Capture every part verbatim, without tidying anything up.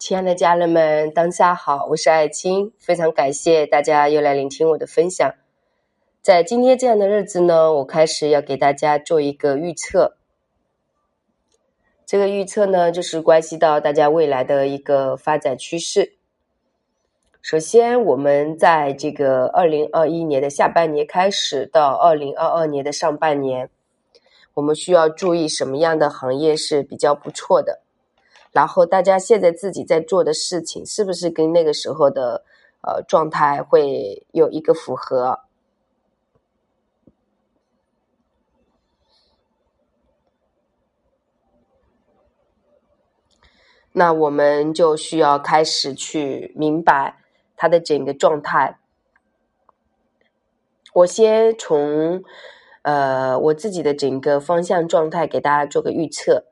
亲爱的家人们，当下好，我是爱青，非常感谢大家又来聆听我的分享。在今天这样的日子呢，我开始要给大家做一个预测。这个预测呢，就是关系到大家未来的一个发展趋势。首先，我们在这个二零二一年的下半年开始到二零二二年的上半年，我们需要注意什么样的行业是比较不错的。然后大家现在自己在做的事情是不是跟那个时候的呃状态会有一个符合？那我们就需要开始去明白它的整个状态。我先从呃我自己的整个方向状态给大家做个预测。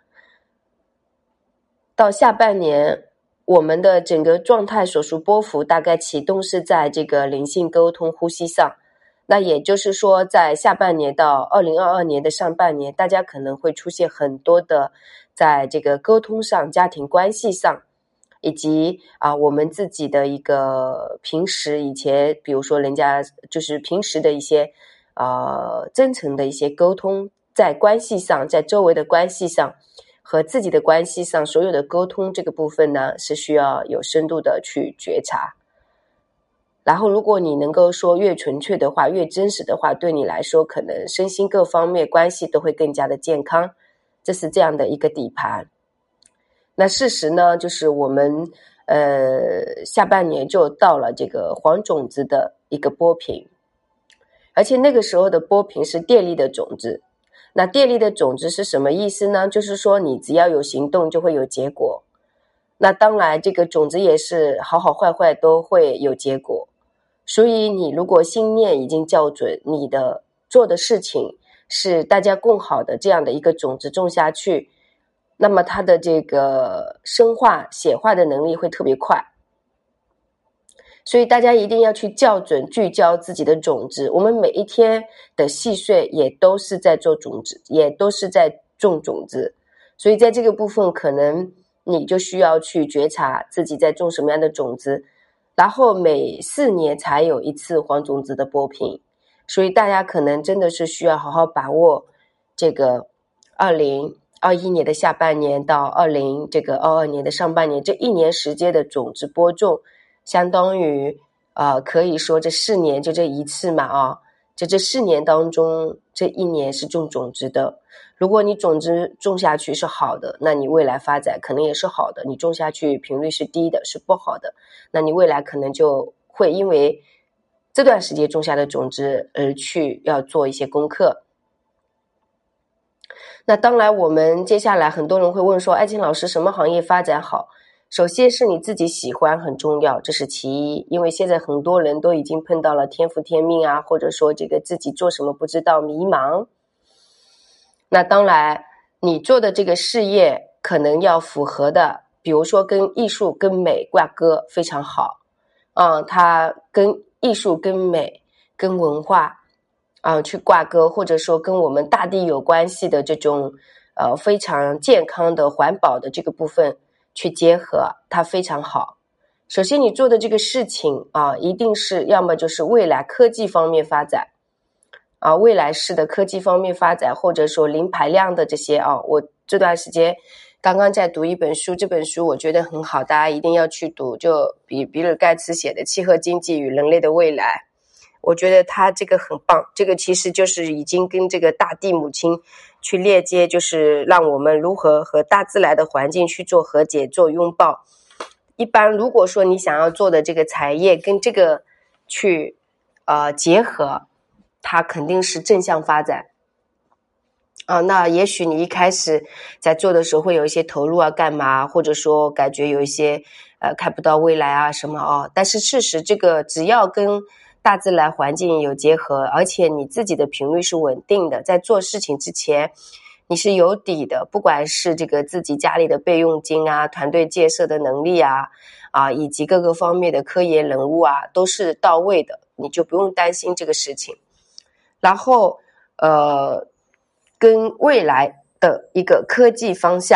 到下半年，我们的整个状态所属波幅大概启动是在这个灵性沟通呼吸上。那也就是说，在下半年到二零二二年的上半年，大家可能会出现很多的在这个沟通上、家庭关系上，以及啊我们自己的一个平时以前，比如说人家就是平时的一些呃真诚的一些沟通，在关系上，在周围的关系上。和自己的关系上所有的沟通这个部分呢，是需要有深度的去觉察。然后如果你能够说越纯粹的话，越真实的话，对你来说可能身心各方面关系都会更加的健康，这是这样的一个底盘。那事实呢，就是我们呃下半年就到了这个黄种子的一个波频，而且那个时候的波频是电力的种子。那电力的种子是什么意思呢？就是说你只要有行动就会有结果。那当然这个种子也是好好坏坏都会有结果。所以你如果心念已经校准，你的做的事情是大家共好的这样的一个种子种下去，那么它的这个深化显化的能力会特别快。所以大家一定要去校准聚焦自己的种子，我们每一天的细碎也都是在做种子，也都是在种种子。所以在这个部分可能你就需要去觉察自己在种什么样的种子，然后每四年才有一次黄种子的波频。所以大家可能真的是需要好好把握这个二零二一年的下半年到二零这个二二年的上半年这一年时间的种子播种，相当于呃，可以说这四年就这一次嘛啊，就这四年当中这一年是种种子的。如果你种子种下去是好的，那你未来发展可能也是好的。你种下去频率是低的，是不好的，那你未来可能就会因为这段时间种下的种子而去要做一些功课。那当然我们接下来很多人会问说，爱青老师什么行业发展好？首先是你自己喜欢很重要，这是其一，因为现在很多人都已经碰到了天赋天命啊，或者说这个自己做什么不知道迷茫。那当然你做的这个事业可能要符合的，比如说跟艺术跟美挂钩非常好啊，它跟艺术跟美跟文化啊去挂钩，或者说跟我们大地有关系的这种呃非常健康的环保的这个部分去结合，它非常好。首先你做的这个事情啊，一定是要么就是未来科技方面发展啊，未来式的科技方面发展，或者说零排量的这些啊，我这段时间刚刚在读一本书，这本书我觉得很好，大家一定要去读，就比比尔盖茨写的《契合经济与人类的未来》，我觉得他这个很棒，这个其实就是已经跟这个大地母亲去链接，就是让我们如何和大自然的环境去做和解、做拥抱。一般如果说你想要做的这个产业跟这个去呃结合，它肯定是正向发展啊。那也许你一开始在做的时候会有一些投入啊干嘛，或者说感觉有一些呃看不到未来啊什么哦，但是事实这个只要跟大自然环境有结合，而且你自己的频率是稳定的，在做事情之前你是有底的，不管是这个自己家里的备用金啊，团队建设的能力啊啊，以及各个方面的科研人物啊都是到位的，你就不用担心这个事情。然后呃，跟未来的一个科技方向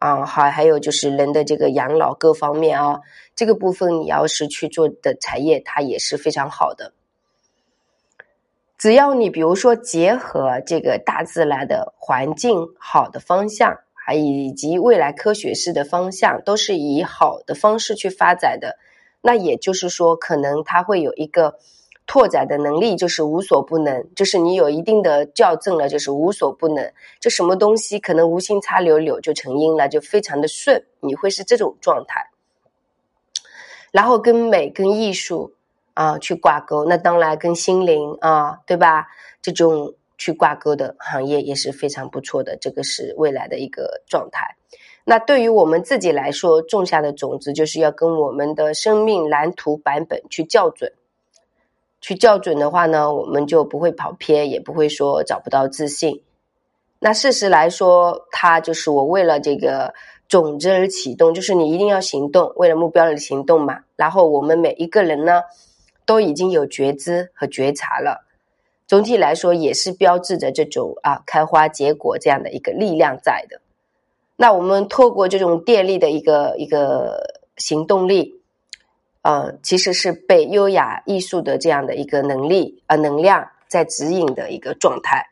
啊，还还有就是人的这个养老各方面啊，这个部分你要是去做的产业，它也是非常好的。只要你比如说结合这个大自然的环境好的方向，还以及未来科学式的方向，都是以好的方式去发展的，那也就是说可能它会有一个拓展的能力，就是无所不能，就是你有一定的校正了，就是无所不能，这什么东西可能无心插柳柳就成荫了，就非常的顺，你会是这种状态。然后跟美跟艺术啊去挂钩，那当然跟心灵啊，对吧？这种去挂钩的行业也是非常不错的，这个是未来的一个状态。那对于我们自己来说，种下的种子就是要跟我们的生命蓝图版本去校准。去校准的话呢，我们就不会跑偏，也不会说找不到自信。那事实来说，它就是我为了这个种子而启动，就是你一定要行动，为了目标而行动嘛。然后我们每一个人呢，都已经有觉知和觉察了。总体来说，也是标志着这种啊开花结果这样的一个力量在的。那我们透过这种电力的一个一个行动力，呃，其实是被优雅艺术的这样的一个能力呃能量在指引的一个状态。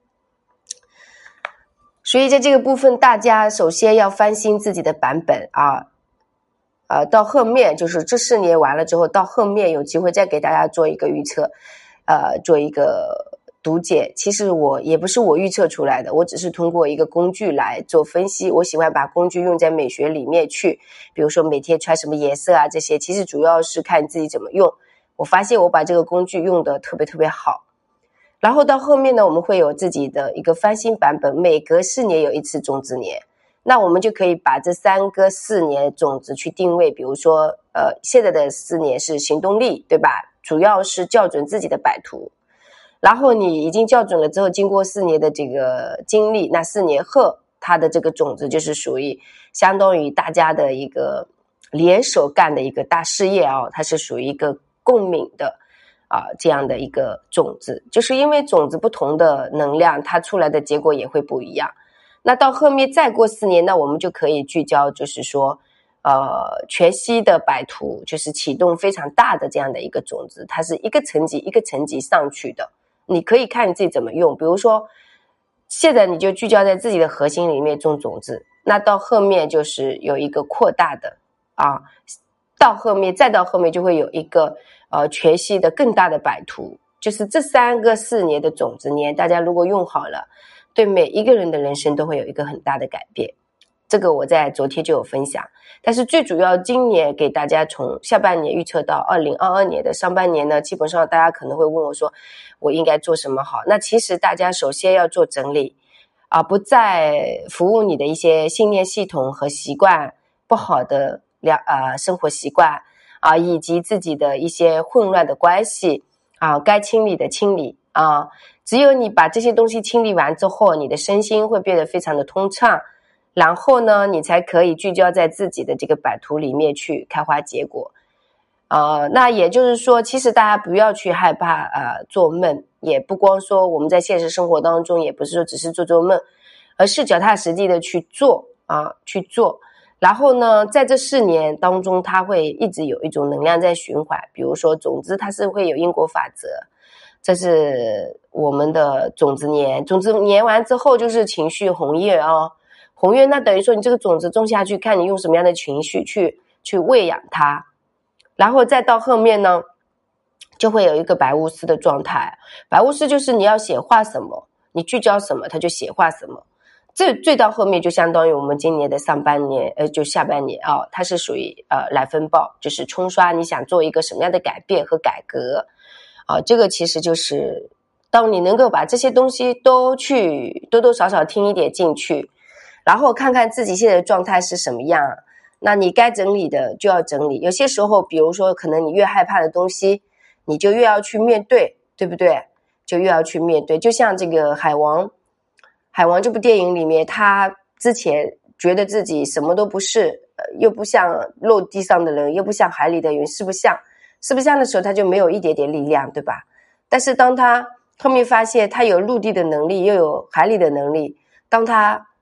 所以在这个部分，大家首先要翻新自己的版本啊，呃，到后面就是这四年完了之后，到后面有机会再给大家做一个预测，呃，做一个读解。其实我也不是我预测出来的，我只是通过一个工具来做分析。我喜欢把工具用在美学里面去，比如说每天穿什么颜色啊这些，其实主要是看你自己怎么用。我发现我把这个工具用的特别特别好。然后到后面呢，我们会有自己的一个翻新版本，每隔四年有一次种子年，那我们就可以把这三个四年种子去定位，比如说呃，现在的四年是行动力，对吧？主要是校准自己的版图。然后你已经校准了之后，经过四年的这个经历，那四年后它的这个种子就是属于相当于大家的一个联手干的一个大事业啊，它是属于一个共鸣的啊，这样的一个种子，就是因为种子不同的能量，它出来的结果也会不一样。那到后面再过四年，那我们就可以聚焦，就是说呃，全息的摆图，就是启动非常大的这样的一个种子，它是一个层级一个层级上去的，你可以看你自己怎么用。比如说现在你就聚焦在自己的核心里面种种子，那到后面就是有一个扩大的啊，到后面再到后面就会有一个呃全息的更大的摆图，就是这三个四年的种子年，大家如果用好了，对每一个人的人生都会有一个很大的改变。这个我在昨天就有分享，但是最主要今年给大家从下半年预测到二零二二年的上半年呢，基本上大家可能会问我说我应该做什么好。那其实大家首先要做整理啊，不再服务你的一些信念系统和习惯不好的呃生活习惯啊，以及自己的一些混乱的关系啊，该清理的清理啊，只有你把这些东西清理完之后，你的身心会变得非常的通畅，然后呢，你才可以聚焦在自己的这个版图里面去开花结果。呃，那也就是说，其实大家不要去害怕呃做梦，也不光说我们在现实生活当中，也不是说只是做做梦，而是脚踏实地的去做啊，去做。然后呢，在这四年当中，它会一直有一种能量在循环。比如说种子，它是会有因果法则，这是我们的种子年。种子年完之后就是情绪红叶哦。红叶那等于说你这个种子种下去，看你用什么样的情绪去去喂养它，然后再到后面呢，就会有一个白巫师的状态。白巫师就是你要显化什么，你聚焦什么，它就显化什么。这最到后面就相当于我们今年的上半年，呃，就下半年啊、哦，它是属于呃来风暴，就是冲刷你想做一个什么样的改变和改革啊、呃，这个其实就是当你能够把这些东西都去多多少少听一点进去。然后看看自己现在的状态是什么样，那你该整理的就要整理。有些时候比如说可能你越害怕的东西，你就越要去面对，对不对？就越要去面对。就像这个海王海王这部电影里面，他之前觉得自己什么都不是，又不像陆地上的人，又不像海里的云，是不像是不像的时候，他就没有一点点力量，对吧？但是当他后面发现他有陆地的能力，又有海里的能力，当他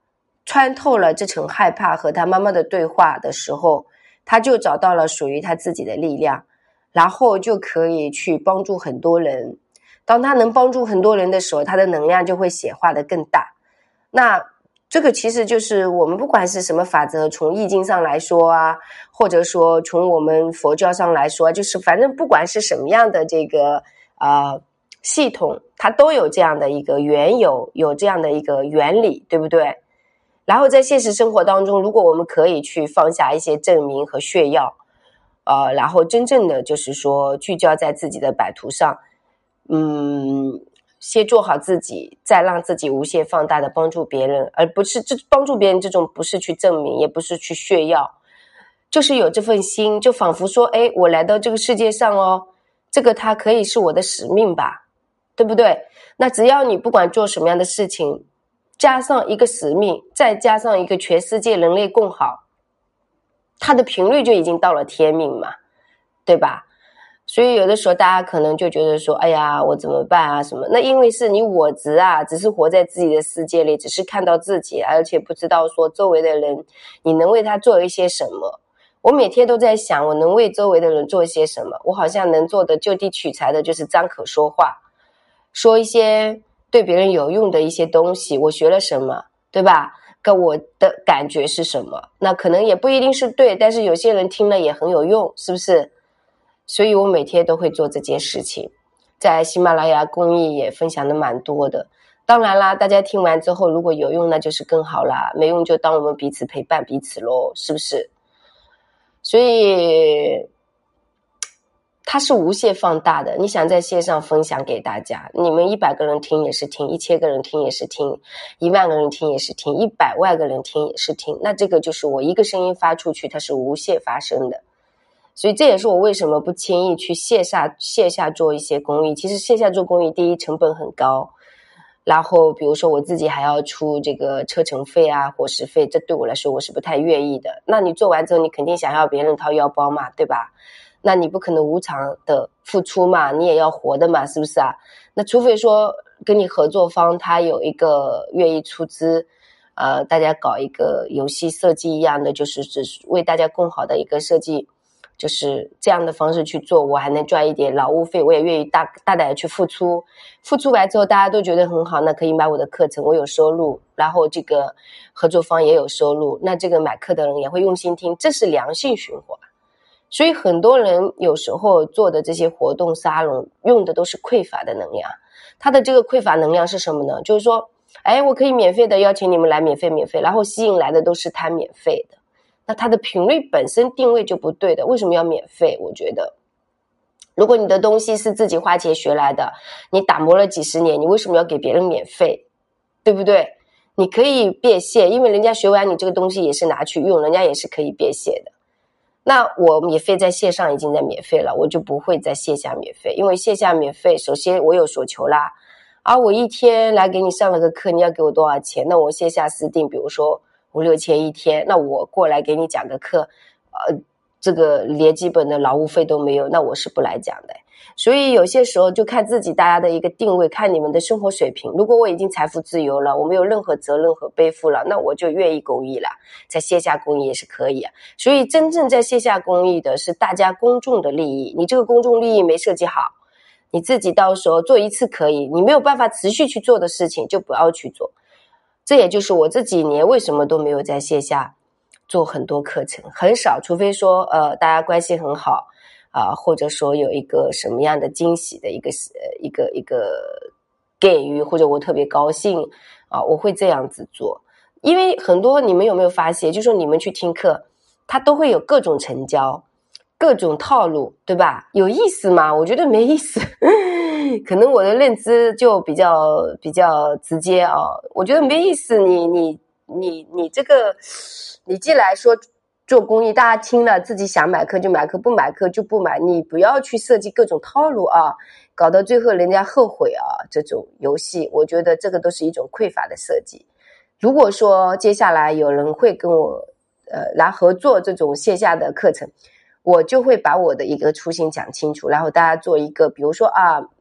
穿透了这层害怕和他妈妈的对话的时候，他就找到了属于他自己的力量，然后就可以去帮助很多人。当他能帮助很多人的时候，他的能量就会显化的更大。那这个其实就是我们不管是什么法则，从易经上来说啊，或者说从我们佛教上来说，就是反正不管是什么样的这个呃系统，它都有这样的一个缘由，有这样的一个原理，对不对？然后在现实生活当中，如果我们可以去放下一些证明和炫耀，呃，然后真正的就是说聚焦在自己的版图上，嗯，先做好自己，再让自己无限放大的帮助别人，而不是这帮助别人这种不是去证明，也不是去炫耀，就是有这份心，就仿佛说，哎，我来到这个世界上哦，这个它可以是我的使命吧，对不对？那只要你不管做什么样的事情，加上一个使命，再加上一个全世界人类共好，它的频率就已经到了天命嘛，对吧？所以有的时候大家可能就觉得说，哎呀，我怎么办啊什么？那因为是你我执啊，只是活在自己的世界里，只是看到自己，而且不知道说周围的人你能为他做一些什么。我每天都在想，我能为周围的人做一些什么？我好像能做的就地取材的就是张口说话，说一些对别人有用的一些东西，我学了什么，对吧？跟我的感觉是什么？那可能也不一定是对，但是有些人听了也很有用，是不是？所以我每天都会做这件事情，在喜马拉雅公益也分享的蛮多的。当然啦，大家听完之后如果有用那就是更好啦，没用就当我们彼此陪伴彼此咯，是不是？所以它是无限放大的，你想在线上分享给大家，你们一百个人听也是听，一千个人听也是听，一万个人听也是听，一百万个人听也是听，那这个就是我一个声音发出去，它是无限发生的。所以这也是我为什么不轻易去线下线下做一些公益。其实线下做公益，第一成本很高，然后比如说我自己还要出这个车程费啊、伙食费，这对我来说我是不太愿意的。那你做完之后，你肯定想要别人掏腰包嘛，对吧？那你不可能无偿的付出嘛，你也要活的嘛，是不是啊？那除非说跟你合作方他有一个愿意出资，呃，大家搞一个游戏设计一样的，就是只是为大家更好的一个设计。就是这样的方式去做，我还能赚一点劳务费，我也愿意大大胆的去付出，付出完之后大家都觉得很好，那可以买我的课程，我有收入，然后这个合作方也有收入，那这个买课的人也会用心听，这是良性循环。所以很多人有时候做的这些活动沙龙用的都是匮乏的能量，他的这个匮乏能量是什么呢？就是说，哎，我可以免费的邀请你们来，免费免费，然后吸引来的都是贪免费的，那它的频率本身定位就不对的，为什么要免费？我觉得如果你的东西是自己花钱学来的，你打磨了几十年，你为什么要给别人免费？对不对？你可以变现，因为人家学完你这个东西也是拿去用，人家也是可以变现的。那我免费在线上已经在免费了，我就不会在线下免费，因为线下免费首先我有所求啦，而我一天来给你上了个课，你要给我多少钱？那我线下私定比如说五六千一天，那我过来给你讲个课，呃，这个连基本的劳务费都没有，那我是不来讲的。所以有些时候就看自己大家的一个定位，看你们的生活水平。如果我已经财富自由了，我没有任何责任和背负了，那我就愿意公益了，在线下公益也是可以啊。所以真正在线下公益的是大家公众的利益，你这个公众利益没设计好，你自己到时候做一次可以，你没有办法持续去做的事情就不要去做。这也就是我这几年为什么都没有在线下做很多课程，很少，除非说呃大家关系很好啊、呃，或者说有一个什么样的惊喜的一个呃一个一个给予，或者我特别高兴啊、呃，我会这样子做。因为很多你们有没有发现，就是说你们去听课，它都会有各种成交，各种套路，对吧？有意思吗？我觉得没意思。可能我的认知就比较比较直接啊，我觉得没意思。你你你你这个，你既来说做公益，大家听了自己想买课就买课，不买课就不买，你不要去设计各种套路啊，搞到最后人家后悔啊。这种游戏，我觉得这个都是一种匮乏的设计。如果说接下来有人会跟我呃来合作这种线下的课程，我就会把我的一个初心讲清楚，然后大家做一个，比如说啊，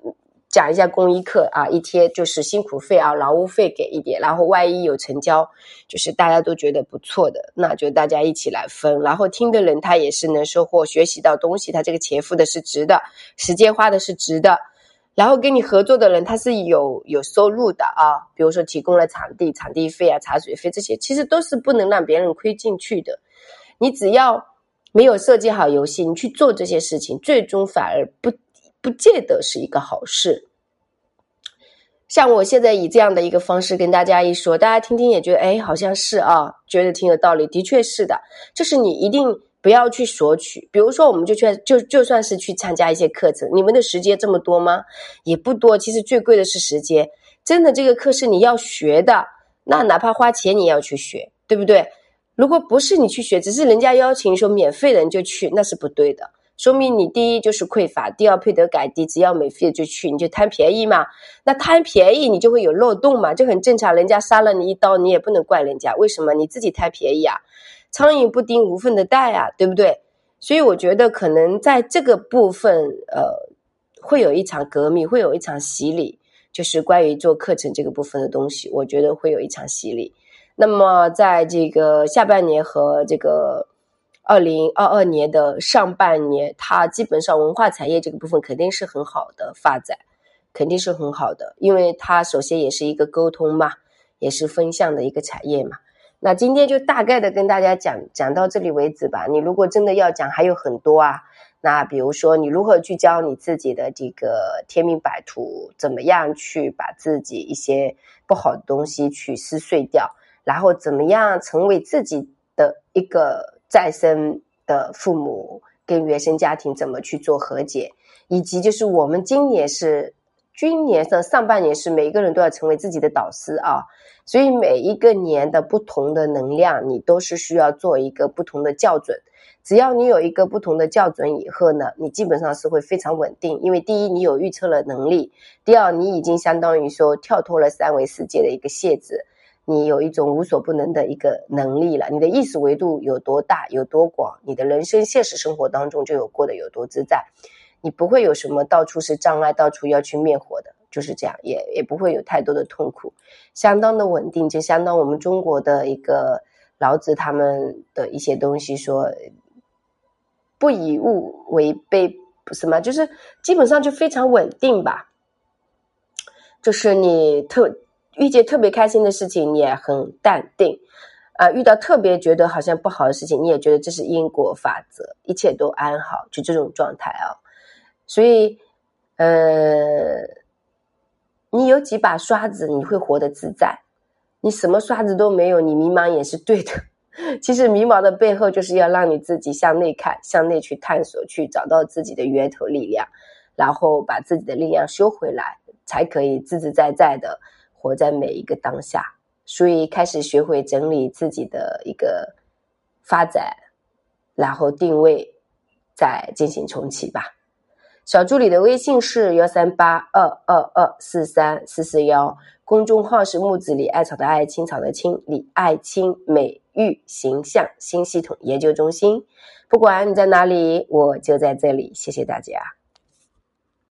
讲一下公益课啊，一贴就是辛苦费啊，劳务费给一点，然后万一有成交，就是大家都觉得不错的，那就大家一起来分，然后听的人他也是能收获学习到东西，他这个钱付的是值的，时间花的是值的，然后跟你合作的人他是有有收入的啊，比如说提供了场地场地费啊茶水费，这些其实都是不能让别人亏进去的，你只要没有设计好游戏，你去做这些事情，最终反而不不见得是一个好事。像我现在以这样的一个方式跟大家一说，大家听听也觉得哎，好像是啊，觉得挺有道理，的确是的，就是你一定不要去索取，比如说我们就去就就算是去参加一些课程，你们的时间这么多吗？也不多，其实最贵的是时间，真的这个课是你要学的，那哪怕花钱你也要去学，对不对？如果不是你去学，只是人家邀请说免费的你就去，那是不对的，说明你第一就是匮乏，第二配得感低，只要免费就去，你就贪便宜嘛，那贪便宜你就会有漏洞嘛，这很正常，人家杀了你一刀你也不能怪人家，为什么？你自己贪便宜啊，苍蝇不叮无缝的带啊，对不对？所以我觉得可能在这个部分呃，会有一场革命，会有一场洗礼，就是关于做课程这个部分的东西，我觉得会有一场洗礼。那么在这个下半年和这个二零二二年的上半年，它基本上文化产业这个部分肯定是很好的发展，肯定是很好的，因为它首先也是一个沟通嘛，也是分项的一个产业嘛。那今天就大概的跟大家讲讲到这里为止吧，你如果真的要讲还有很多啊，那比如说你如何去教你自己的这个天命百图，怎么样去把自己一些不好的东西去撕碎掉，然后怎么样成为自己的一个再生的父母，跟原生家庭怎么去做和解，以及就是我们今年是今年的上半年是每一个人都要成为自己的导师啊，所以每一个年的不同的能量你都是需要做一个不同的校准，只要你有一个不同的校准以后呢，你基本上是会非常稳定，因为第一你有预测了能力，第二你已经相当于说跳脱了三维世界的一个限制，你有一种无所不能的一个能力了，你的意识维度有多大有多广，你的人生现实生活当中就有过得有多自在，你不会有什么到处是障碍，到处要去灭火的，就是这样，也也不会有太多的痛苦，相当的稳定，就相当我们中国的一个老子他们的一些东西说不以物为卑，什么就是基本上就非常稳定吧，就是你特遇见特别开心的事情你也很淡定啊、呃，遇到特别觉得好像不好的事情你也觉得这是因果法则，一切都安好，就这种状态啊。所以呃，你有几把刷子你会活得自在，你什么刷子都没有你迷茫也是对的，其实迷茫的背后就是要让你自己向内看，向内去探索，去找到自己的源头力量，然后把自己的力量修回来，才可以自自在在的活在每一个当下。所以开始学会整理自己的一个发展，然后定位，再进行重启吧。小助理的微信是一三八二二二四三四四一，公众号是木子李艾草的艾，青草的青，李艾青美育形象新系统研究中心。不管你在哪里，我就在这里，谢谢大家。